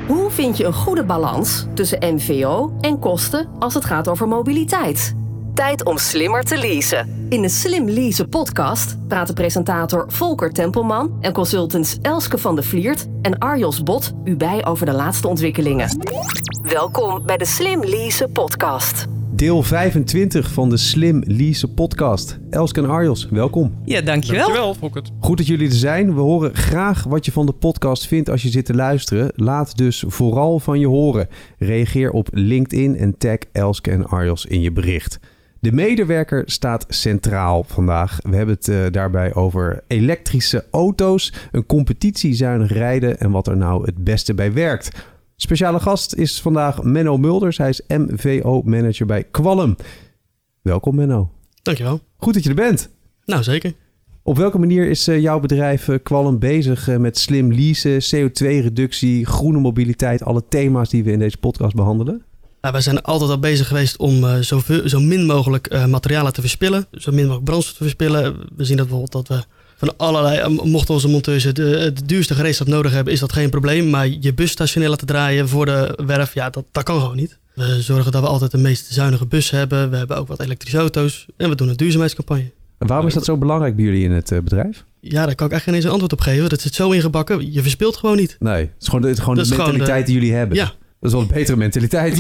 Hoe vind je een goede balans tussen MVO en kosten als het gaat over mobiliteit? Tijd om slimmer te leasen. In de Slim Leasen podcast praten presentator Volker Tempelman en consultants Elske van der Vliert en Arjos Bot u bij over de laatste ontwikkelingen. Welkom bij de Slim Leasen podcast. Deel 25 van de Slim Leasen podcast. Elske en Arjos, welkom. Ja, dankjewel. Dankjewel, Volkert. Goed dat jullie er zijn. We horen graag wat je van de podcast vindt als je zit te luisteren. Laat dus vooral van je horen. Reageer op LinkedIn en tag Elske en Arjos in je bericht. De medewerker staat centraal vandaag. We hebben het daarbij over elektrische auto's, een competitiezuinig rijden en wat er nou het beste bij werkt. Speciale gast is vandaag Menno Mulders. Hij is MVO-manager bij Qualum. Welkom Menno. Dankjewel. Goed dat je er bent. Nou, zeker. Op welke manier is jouw bedrijf Qualum bezig met slim leasen, CO2-reductie, groene mobiliteit, alle thema's die we in deze podcast behandelen? Wij zijn altijd al bezig geweest om zo min mogelijk materialen te verspillen. Zo min mogelijk brandstof te verspillen. We zien dat bijvoorbeeld dat we van allerlei, mochten onze monteurs de duurste gereedschap nodig hebben, is dat geen probleem. Maar je bus stationeel laten draaien voor de werf, ja, dat kan gewoon niet. We zorgen dat we altijd de meest zuinige bus hebben. We hebben ook wat elektrische auto's. En we doen een duurzaamheidscampagne. En waarom is dat zo belangrijk bij jullie in het bedrijf? Ja, daar kan ik echt geen eens een antwoord op geven. Dat zit zo ingebakken. Je verspilt gewoon niet. Nee, het is gewoon de mentaliteit die jullie hebben. Ja. Dat is wel een betere mentaliteit.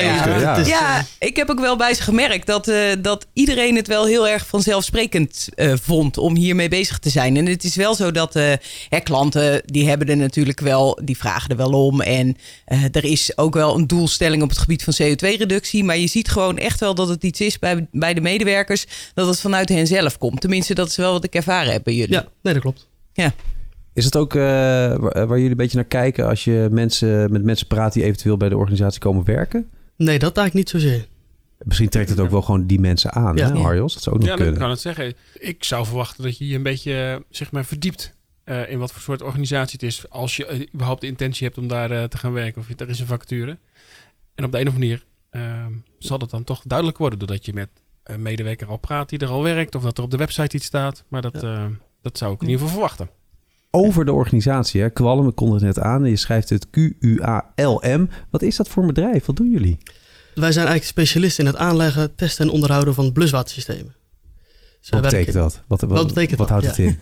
Ja, ik heb ook wel bij ze gemerkt dat iedereen het wel heel erg vanzelfsprekend vond om hiermee bezig te zijn. En het is wel zo dat klanten, die hebben er natuurlijk wel, die vragen er wel om. En er is ook wel een doelstelling op het gebied van CO2-reductie. Maar je ziet gewoon echt wel dat het iets is bij de medewerkers, dat het vanuit hen zelf komt. Tenminste, dat is wel wat ik ervaren heb bij jullie. Ja, nee, dat klopt. Ja. Is het ook waar jullie een beetje naar kijken als je met mensen praat die eventueel bij de organisatie komen werken? Nee, dat eigenlijk niet zozeer. Misschien trekt het ook wel gewoon die mensen aan, hè, Arjos? Dat zou ook nog kunnen. Ja, ik kan het zeggen. Ik zou verwachten dat je je een beetje verdiept in wat voor soort organisatie het is. Als je überhaupt de intentie hebt om daar te gaan werken of er is een vacature. En op de een of andere manier zal het dan toch duidelijk worden doordat je met een medewerker al praat die er al werkt. Of dat er op de website iets staat. Maar dat zou ik in ieder geval verwachten. Over de organisatie, hè? Qualum, ik kon het net aan. Je schrijft het Qualm. Wat is dat voor een bedrijf? Wat doen jullie? Wij zijn eigenlijk specialisten in het aanleggen, testen en onderhouden van bluswatersystemen. Dus wat betekent dat? Wat betekent dat? Houdt het in?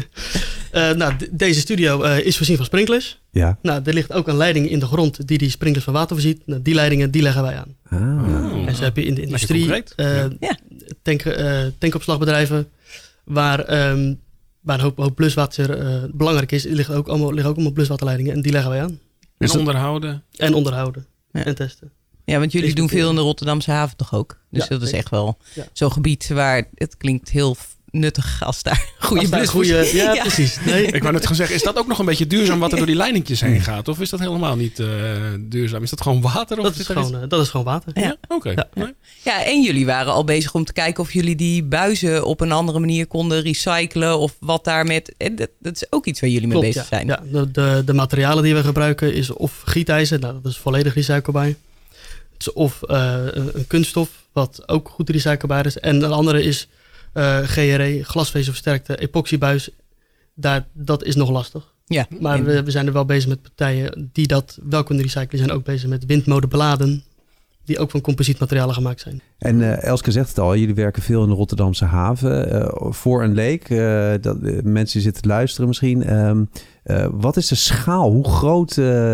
Deze studio is voorzien van sprinklers. Ja. Nou, er ligt ook een leiding in de grond die sprinklers van water voorziet. Nou, die leidingen die leggen wij aan. En zo heb je in de industrie tankopslagbedrijven waar een hoop bluswater belangrijk is. Er liggen ook allemaal bluswaterleidingen en die leggen wij aan. En onderhouden. En onderhouden. Ja. En testen. Ja, want jullie doen veel in de Rotterdamse haven toch ook? Dus dat is echt wel zo'n gebied waar het klinkt heel nuttig als daar goede blus is. Ja, precies. Nee. Ik wou net gaan zeggen, is dat ook nog een beetje duurzaam wat er door die leidingjes heen gaat? Of is dat helemaal niet duurzaam? Is dat gewoon water? Of dat is gewoon water. Ja, oké. Ja, en jullie waren al bezig om te kijken of jullie die buizen op een andere manier konden recyclen. Of wat daar met... Dat is ook iets waar jullie mee bezig zijn. Ja, de materialen die we gebruiken is of gietijzer. Nou, dat is volledig recyclebaar. Of een kunststof, wat ook goed recyclebaar is. En een andere is GRE, glasvezelversterkte epoxybuis. Dat is nog lastig. Ja, maar we zijn er wel bezig met partijen die dat wel kunnen recyclen. Die zijn ook bezig met windmolenbladen, die ook van composietmaterialen gemaakt zijn. En Elske zegt het al, jullie werken veel in de Rotterdamse haven. Voor een leek, mensen zitten te luisteren misschien. Wat is de schaal? Hoe groot,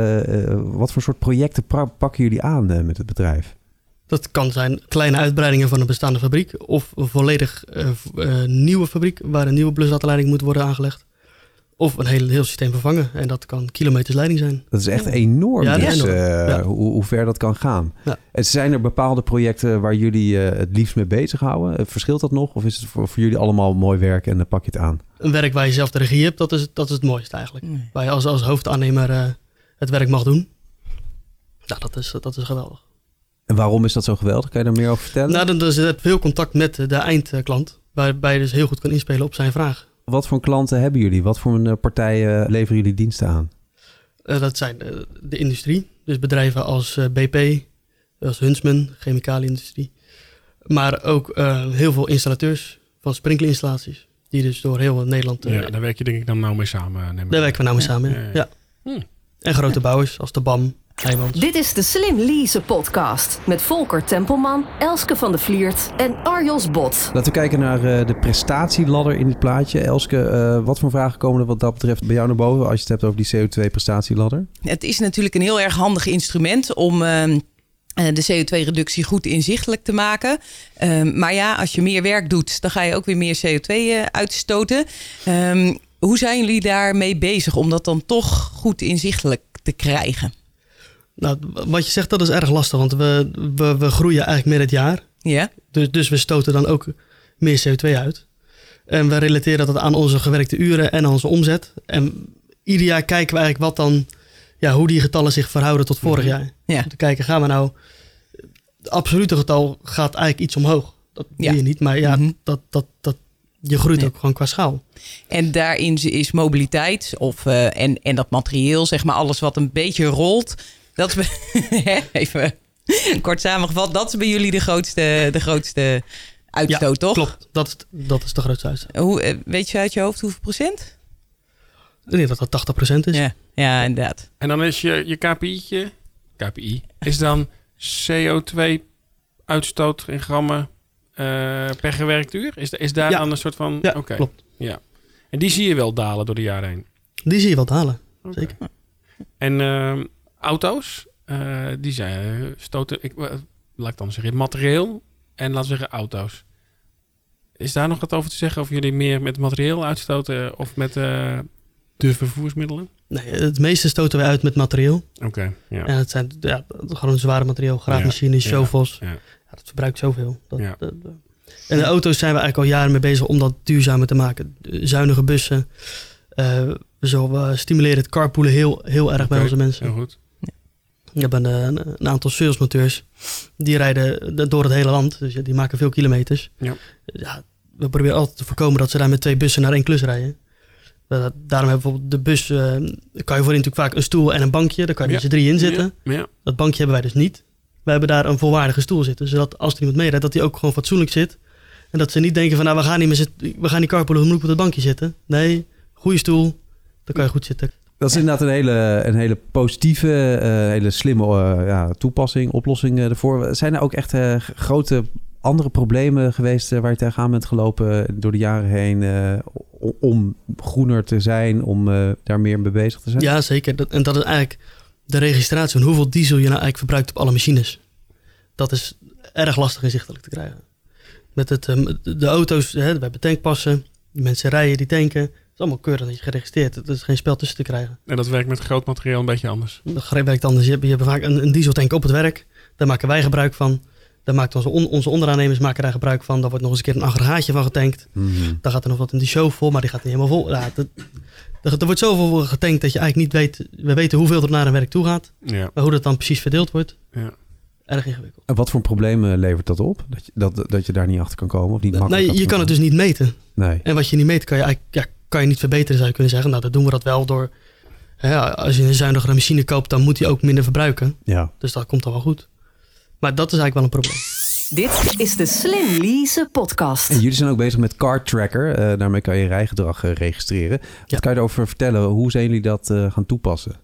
wat voor soort projecten pakken jullie aan met het bedrijf? Dat kan zijn kleine uitbreidingen van een bestaande fabriek of een volledig nieuwe fabriek waar een nieuwe bluswaterleiding moet worden aangelegd. Of een heel systeem vervangen. En dat kan kilometers leiding zijn. Dat is echt enorm. Ja, dus, hoe ver dat kan gaan. Ja. En zijn er bepaalde projecten waar jullie het liefst mee bezighouden? Verschilt dat nog? Of is het voor jullie allemaal mooi werk en dan pak je het aan? Een werk waar je zelf de regie hebt, dat is het mooiste eigenlijk. Nee. Waar je als hoofdaannemer het werk mag doen. Nou, dat is geweldig. En waarom is dat zo geweldig? Kan je daar meer over vertellen? Nou, dan heb je veel contact met de eindklant. Waarbij je dus heel goed kan inspelen op zijn vraag. Wat voor klanten hebben jullie? Wat voor partijen leveren jullie diensten aan? Dat zijn de industrie. Dus bedrijven als BP, als Huntsman, chemicaliënindustrie. Maar ook heel veel installateurs van sprinklerinstallaties. Die dus door heel Nederland... daar werk je denk ik dan nou mee samen. Daar werken we nou mee samen, ja. En grote bouwers als de BAM, Heijmans. Dit is de Slim Leasen podcast met Volker Tempelman, Elske van de Vliert en Arjos Bot. Laten we kijken naar de prestatieladder in dit plaatje. Elske, wat voor vragen komen er wat dat betreft bij jou naar boven als je het hebt over die CO2-prestatieladder? Het is natuurlijk een heel erg handig instrument om de CO2-reductie goed inzichtelijk te maken. Maar ja, als je meer werk doet, dan ga je ook weer meer CO2 uitstoten. Hoe zijn jullie daarmee bezig om dat dan toch goed inzichtelijk te krijgen? Nou, wat je zegt, dat is erg lastig, want we groeien eigenlijk meer het jaar. Ja. Dus we stoten dan ook meer CO2 uit. En we relateren dat aan onze gewerkte uren en aan onze omzet. En ieder jaar kijken we eigenlijk wat dan, hoe die getallen zich verhouden tot vorig jaar. Ja. Om te kijken, gaan we nou... Het absolute getal gaat eigenlijk iets omhoog. Dat doe je niet, maar je groeit ook gewoon qua schaal. En daarin is mobiliteit en dat materieel, zeg maar alles wat een beetje rolt. Dat is even kort samengevat. Dat is bij jullie de grootste uitstoot, toch? Klopt. Dat is de grootste uitstoot. Weet je uit je hoofd hoeveel procent? Ik denk dat dat 80% is. Ja, inderdaad. En dan is je KPI is dan CO2-uitstoot in grammen per gewerkt uur? Is daar dan een soort van... Ja, klopt. Ja. En die zie je wel dalen door de jaren heen? Die zie je wel dalen, zeker. En auto's, die zijn stoten... laat ik dan zeggen, materieel en laten we zeggen auto's. Is daar nog wat over te zeggen? Of jullie meer met materieel uitstoten of met de vervoersmiddelen? Nee, het meeste stoten wij uit met materieel. Oké, ja. En het zijn gewoon zware materieel, graafmachines, shovels. Ja. Dat verbruikt zoveel. En de auto's zijn we eigenlijk al jaren mee bezig om dat duurzamer te maken. Zuinige bussen. We stimuleren het carpoolen heel erg bij onze mensen. Heel goed. We hebben een aantal salesmonteurs. Die rijden door het hele land. Dus die maken veel kilometers. Ja. We proberen altijd te voorkomen dat ze daar met 2 bussen naar 1 klus rijden. Daarom hebben we bijvoorbeeld de bus... kan je voorin natuurlijk vaak een stoel en een bankje. Daar kan je dus 3 in zitten. Ja. Dat bankje hebben wij dus niet. We hebben daar een volwaardige stoel zitten. Zodat als er iemand meerijdt, dat hij ook gewoon fatsoenlijk zit. En dat ze niet denken van, we gaan niet carpoolen, we moeten op het bankje zitten. Nee, goede stoel. Dan kan je goed zitten. Dat is inderdaad een hele positieve, hele slimme toepassing, oplossing ervoor. Zijn er ook echt grote andere problemen geweest waar je tegenaan bent gelopen door de jaren heen om groener te zijn, om daar meer mee bezig te zijn? Ja, zeker. En dat is eigenlijk de registratie van hoeveel diesel je nou eigenlijk verbruikt op alle machines. Dat is erg lastig inzichtelijk te krijgen. Met de auto's, we hebben tankpassen, die mensen rijden, die tanken. Het is allemaal keurig dat je geregistreerd. Er is geen spel tussen te krijgen. En dat werkt met groot materieel een beetje anders. Dat werkt anders. Je hebt vaak een dieseltank op het werk. Daar maken wij gebruik van. Daar maakt onze onderaannemers maken daar gebruik van. Daar wordt nog eens een keer een aggregaatje van getankt. Mm-hmm. Dan gaat er nog wat in die show vol, maar die gaat niet helemaal vol. Ja, er wordt zoveel getankt dat je eigenlijk niet weet... We weten hoeveel er naar een werk toe gaat. Ja. Maar hoe dat dan precies verdeeld wordt... Ja. Erg ingewikkeld. En wat voor problemen levert dat op? Dat je daar niet achter kan komen? Of niet makkelijk je kan het dus niet meten. Nee. En wat je niet meet, kan je niet verbeteren, zou je kunnen zeggen. Nou, dan doen we dat wel door... als je een zuinigere machine koopt, dan moet die ook minder verbruiken. Ja. Dus dat komt dan wel goed. Maar dat is eigenlijk wel een probleem. Dit is de Slim Leasen podcast. En jullie zijn ook bezig met Car Tracker. Daarmee kan je rijgedrag registreren. Wat kan je erover vertellen? Hoe zijn jullie dat gaan toepassen?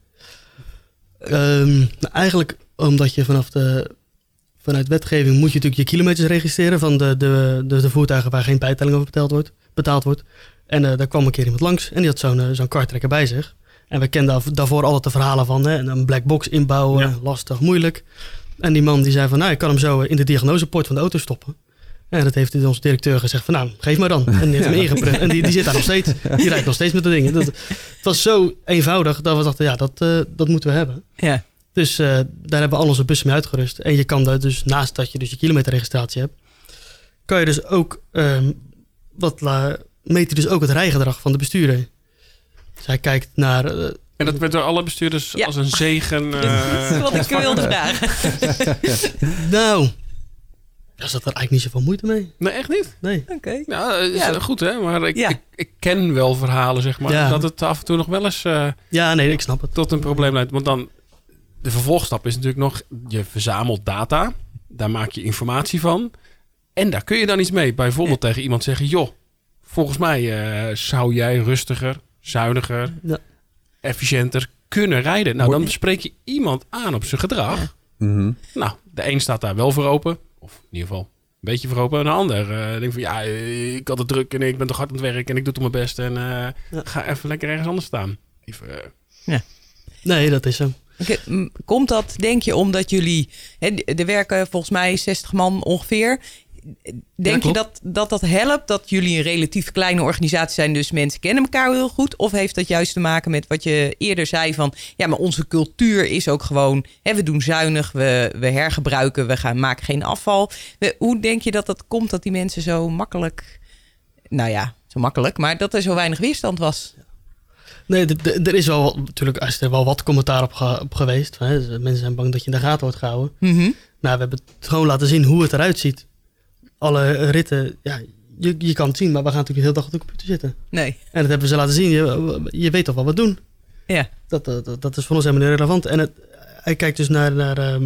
Eigenlijk omdat je vanuit wetgeving moet je natuurlijk je kilometers registreren van de voertuigen waar geen bijtelling over betaald wordt. En daar kwam een keer iemand langs en die had zo'n kartrekker bij zich. En we kenden daarvoor altijd de verhalen van een black box inbouwen, lastig, moeilijk. En die man die zei van, ik kan hem zo in de diagnosepoort van de auto stoppen. En dat heeft onze directeur gezegd van, geef maar dan. En die heeft hem ingeprint. En die zit daar nog steeds. Die rijdt nog steeds met de dingen. Het was zo eenvoudig dat we dachten, dat moeten we hebben. Ja. Dus daar hebben we al onze bussen mee uitgerust. En je kan daar dus, naast dat je dus je kilometerregistratie hebt, kan je dus ook meet je dus ook het rijgedrag van de bestuurder. Dus hij kijkt naar... en dat werd door alle bestuurders als een zegen... Dat is wat ik wilde vragen. Nou, daar zat er eigenlijk niet zoveel moeite mee. Nee, echt niet? Nee. Oké. Ja, is goed hè, maar ik ken wel verhalen, zeg maar, dat het af en toe nog wel eens... ik snap het. Tot een probleem leidt. Want dan, de vervolgstap is natuurlijk nog, je verzamelt data, daar maak je informatie van en daar kun je dan iets mee. Bijvoorbeeld tegen iemand zeggen, joh, volgens mij zou jij rustiger, zuiniger, efficiënter kunnen rijden. Nou, dan spreek je iemand aan op zijn gedrag. Ja. Mm-hmm. Nou, de een staat daar wel voor open. Of in ieder geval een beetje voor open. En de ander denkt van, ja, ik had het druk en ik ben toch hard aan het werk en ik doe het op mijn best. En ga even lekker ergens anders staan. Even, Ja. Nee, dat is zo. Komt dat, denk je, omdat jullie... er werken volgens mij 60 man ongeveer. Denk je dat helpt? Dat jullie een relatief kleine organisatie zijn, dus mensen kennen elkaar heel goed? Of heeft dat juist te maken met wat je eerder zei van... ja, maar onze cultuur is ook gewoon... we doen zuinig, we hergebruiken, maken geen afval. Hoe denk je dat komt dat die mensen zo makkelijk... Nou ja, zo makkelijk, maar dat er zo weinig weerstand was? Nee, er is wel natuurlijk er wel wat commentaar op geweest. Hè. Mensen zijn bang dat je in de gaten wordt gehouden. Mm-hmm. Maar we hebben het gewoon laten zien hoe het eruit ziet. Alle ritten, ja, je kan het zien, maar we gaan natuurlijk de hele dag op de computer zitten. Nee. En dat hebben ze laten zien. Je weet toch wat we doen. Ja. Dat is voor ons helemaal niet relevant. En hij kijkt dus naar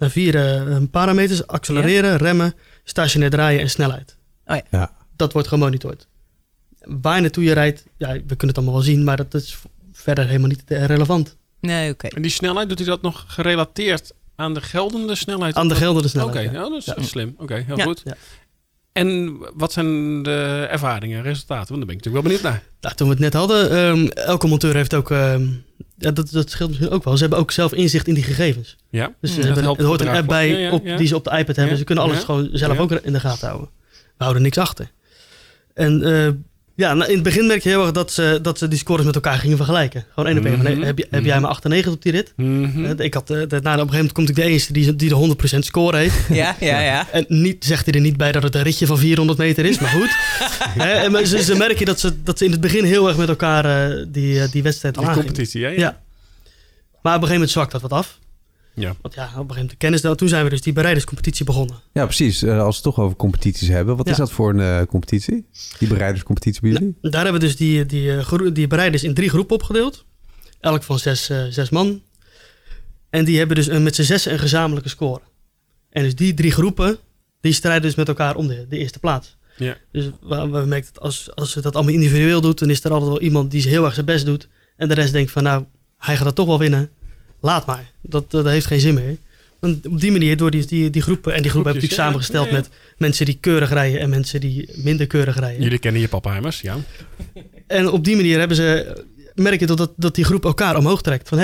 4 parameters. Accelereren, remmen, stationair draaien en snelheid. Oh ja. Ja. Dat wordt gemonitord. Waar naartoe je rijdt, ja, we kunnen het allemaal wel zien, maar dat is verder helemaal niet relevant. Nee, oké. En die snelheid, doet hij dat nog gerelateerd aan de geldende snelheid? Aan de geldende snelheid. Oké, ja. Dat is slim. Oké, heel goed. Ja. En wat zijn de ervaringen, resultaten? Want daar ben ik natuurlijk wel benieuwd naar. Nou, toen we het net hadden, elke monteur heeft ook... dat scheelt misschien ook wel. Ze hebben ook zelf inzicht in die gegevens. Ja, dus er hoort een app bij die ze op de iPad hebben. Ze kunnen alles gewoon zelf ook in de gaten houden. We houden niks achter. En in het begin merk je heel erg dat ze die scores met elkaar gingen vergelijken. Gewoon 1 op 1. Mm-hmm. Heb jij maar 98 op die rit? Mm-hmm. Ik had, op een gegeven moment komt ik de enige die de 100% score heeft. Ja. En zegt hij er niet bij dat het een ritje van 400 meter is, maar goed. En ze merken dat ze in het begin heel erg met elkaar die wedstrijd aangingen. Die competitie, ja. Maar op een gegeven moment zwakt dat wat af. Ja. Want op een gegeven moment de kennis. Toen zijn we dus die bereiderscompetitie begonnen. Ja, precies. Als we het toch over competities hebben. Wat is dat voor een competitie? Die bereiderscompetitie bij jullie? Daar hebben we dus die bereiders in 3 groepen opgedeeld. Elk van 6 man. En die hebben dus met z'n 6 een gezamenlijke score. En dus die 3 groepen, die strijden dus met elkaar om de eerste plaats. Ja. Dus we merken dat als ze dat allemaal individueel doet, dan is er altijd wel iemand die heel erg zijn best doet. En de rest denkt van nou, hij gaat dat toch wel winnen. Laat maar. Dat heeft geen zin meer. Want op die manier, door die groepen... En die groepen heb ik natuurlijk samengesteld met mensen die keurig rijden... en mensen die minder keurig rijden. Jullie kennen je Pappenheimers, ja. En op die manier merk je dat die groep elkaar omhoog trekt. Van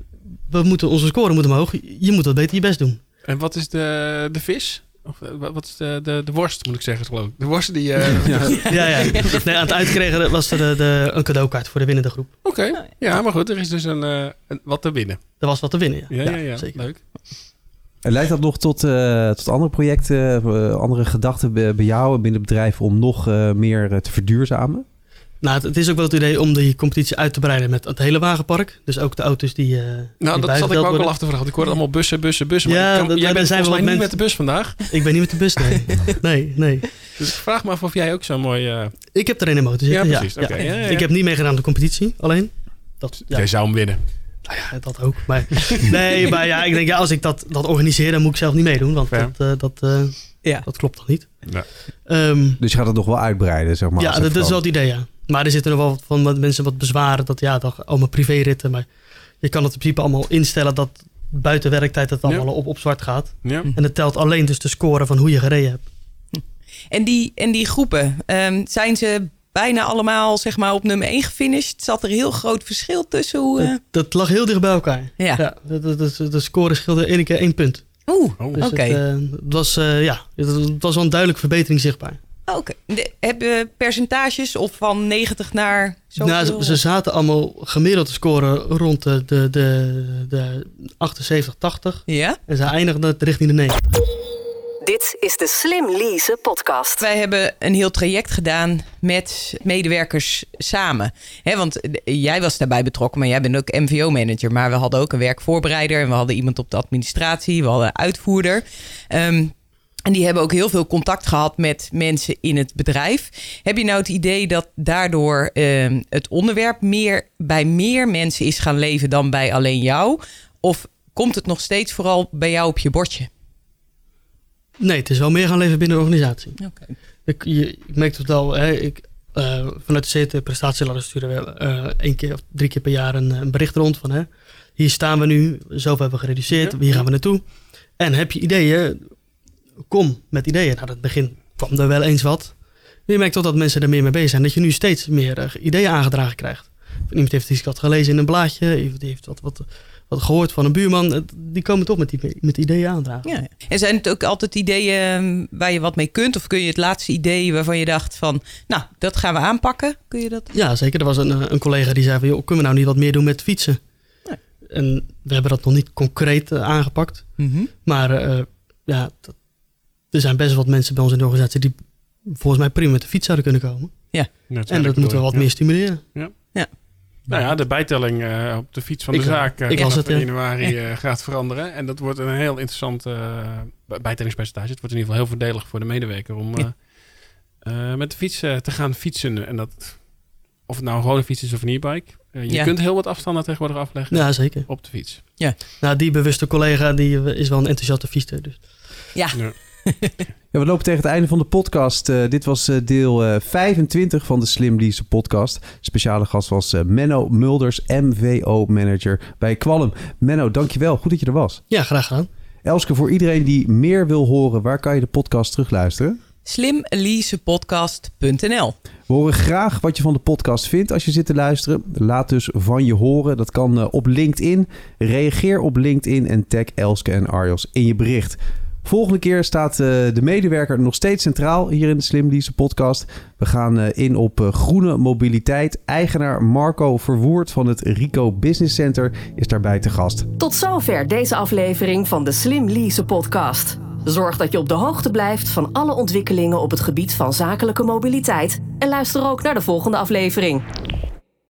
onze score moet omhoog. Je moet wat beter je best doen. En wat is de vis? Of wat is de worst, moet ik zeggen, geloof ik. De worst die... Ja. Nee, aan het uitkregen was er een cadeaukaart voor de winnende groep. Oké. Ja, maar goed, er is dus een wat te winnen. Er was wat te winnen, ja. Zeker. Leuk. En leidt dat nog tot andere projecten, andere gedachten bij jou binnen het bedrijf om nog meer te verduurzamen? Nou, het is ook wel het idee om die competitie uit te breiden met het hele wagenpark. Dus ook de auto's die dat zat ik me ook wel af te vragen. Ik hoorde allemaal bussen. Maar jij bent volgens mij niet met de bus vandaag. Ik ben niet met de bus, nee. nee. Dus ik vraag me af of jij ook zo mooi... Ik heb er in de motor zitten, ja. Precies. Okay. Ja. Ik heb niet meegedaan aan de competitie, alleen. Jij zou hem winnen. Nou ja, dat ook. Maar, maar ik denk, als ik dat organiseer, dan moet ik zelf niet meedoen. Want dat klopt toch niet. Ja. Dus je gaat het nog wel uitbreiden, zeg maar. Ja, dat is wel het idee, ja. Maar er zitten nog wel van mensen wat bezwaren. Dat allemaal privéritten. Maar je kan het in principe allemaal instellen dat buiten werktijd het allemaal op zwart gaat. Ja. En het telt alleen dus de score van hoe je gereden hebt. En die groepen, zijn ze bijna allemaal zeg maar op nummer 1 gefinished? Zat er heel groot verschil tussen? Hoe, dat lag heel dicht bij elkaar. Ja. De score scheelde 1 keer 1 punt. Dus oké. Het was wel een duidelijke verbetering zichtbaar. Oké. Hebben percentages of van 90 naar zoveel? Nou, ze zaten allemaal gemiddeld te scoren rond de 78, 80. Ja? En ze eindigden richting de 90. Dit is de Slim Lease podcast. Wij hebben een heel traject gedaan met medewerkers samen. Want jij was daarbij betrokken, maar jij bent ook MVO-manager. Maar we hadden ook een werkvoorbereider en we hadden iemand op de administratie. We hadden een uitvoerder. En die hebben ook heel veel contact gehad met mensen in het bedrijf. Heb je nou het idee dat daardoor het onderwerp bij meer mensen is gaan leven dan bij alleen jou? Of komt het nog steeds vooral bij jou op je bordje? Nee, het is wel meer gaan leven binnen de organisatie. Okay. Ik merk het wel. Vanuit de CT Prestatieladder sturen we 1 keer of 3 keer per jaar een bericht rond van hier staan we nu, zoveel hebben we gereduceerd, hier gaan we naartoe. En heb je ideeën, kom met ideeën. Nou, aan het begin kwam er wel eens wat. Je merkt toch dat mensen er meer mee bezig zijn. Dat je nu steeds meer ideeën aangedragen krijgt. Iemand heeft iets wat gelezen in een blaadje. Iemand heeft wat gehoord van een buurman. Die komen toch met ideeën aandragen. Ja. En zijn het ook altijd ideeën waar je wat mee kunt? Of kun je het laatste idee waarvan je dacht van... nou, dat gaan we aanpakken? Kun je dat? Ja, zeker. Er was een collega die zei van... joh, kunnen we nou niet wat meer doen met fietsen? Nee. En we hebben dat nog niet concreet aangepakt. Mm-hmm. Maar er zijn best wel wat mensen bij ons in de organisatie... die volgens mij prima met de fiets zouden kunnen komen. Ja. En dat moeten we wat meer stimuleren. Ja. Nou ja, de bijtelling op de fiets van de zaak vanaf januari gaat veranderen. En dat wordt een heel interessant bijtellingspercentage. Het wordt in ieder geval heel voordelig voor de medewerker om met de fiets te gaan fietsen. En dat, of het nou een gewone fiets is of een e-bike. Je kunt heel wat afstanden tegenwoordig afleggen. Ja, zeker. Op de fiets. Ja. Nou, die bewuste collega die is wel een enthousiaste fietser. Dus. Ja. Ja, we lopen tegen het einde van de podcast. Dit was deel 25 van de Slim Leasen podcast. Speciale gast was Menno Mulders, MVO-manager bij Qualm. Menno, dankjewel. Goed dat je er was. Ja, graag gedaan. Elske, voor iedereen die meer wil horen, waar kan je de podcast terugluisteren? slimleasepodcast.nl. We horen graag wat je van de podcast vindt als je zit te luisteren. Laat dus van je horen. Dat kan op LinkedIn. Reageer op LinkedIn en tag Elske en Arjos in je bericht. Volgende keer staat de medewerker nog steeds centraal hier in de Slim Leasen podcast. We gaan in op groene mobiliteit. Eigenaar Marco Verwoerd van het Rico Business Center is daarbij te gast. Tot zover deze aflevering van de Slim Leasen podcast. Zorg dat je op de hoogte blijft van alle ontwikkelingen op het gebied van zakelijke mobiliteit. En luister ook naar de volgende aflevering.